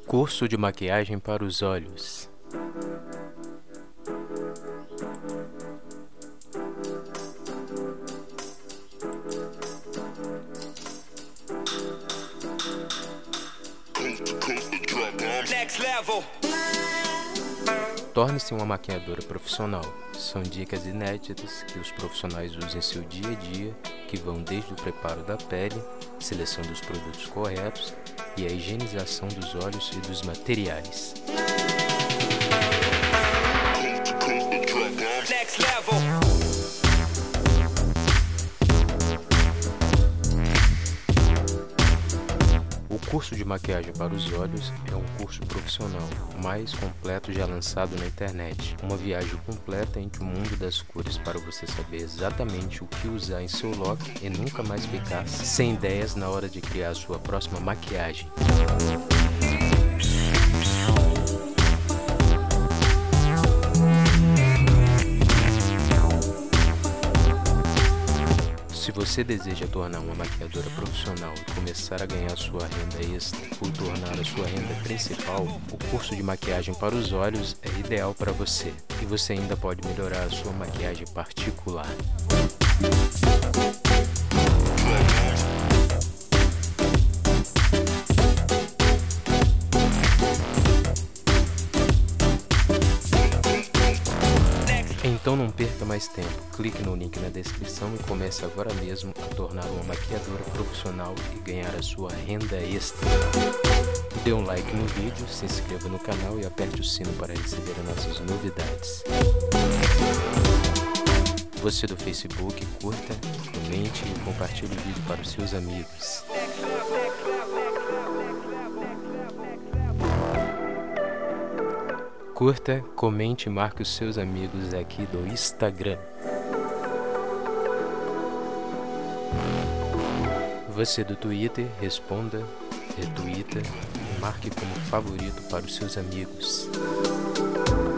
Curso de maquiagem para os olhos. Torne-se uma maquiadora profissional. São dicas inéditas que os profissionais usam em seu dia a dia, que vão desde o preparo da pele, seleção dos produtos corretos e a higienização dos olhos e dos materiais. O curso de maquiagem para os olhos é um curso profissional, mais completo já lançado na internet. Uma viagem completa entre o mundo das cores para você saber exatamente o que usar em seu look e nunca mais ficar sem ideias na hora de criar sua próxima maquiagem. Se você deseja tornar uma maquiadora profissional e começar a ganhar sua renda extra ou tornar a sua renda principal, o curso de maquiagem para os olhos é ideal para você. E você ainda pode melhorar a sua maquiagem particular. Então não perca mais tempo, clique no link na descrição e comece agora mesmo a tornar uma maquiadora profissional e ganhar a sua renda extra. Dê um like no vídeo, se inscreva no canal e aperte o sino para receber as nossas novidades. Você do Facebook, curta, comente e compartilhe o vídeo para os seus amigos. Curta, comente e marque os seus amigos aqui do Instagram. Você do Twitter, responda, retweeta e marque como favorito para os seus amigos.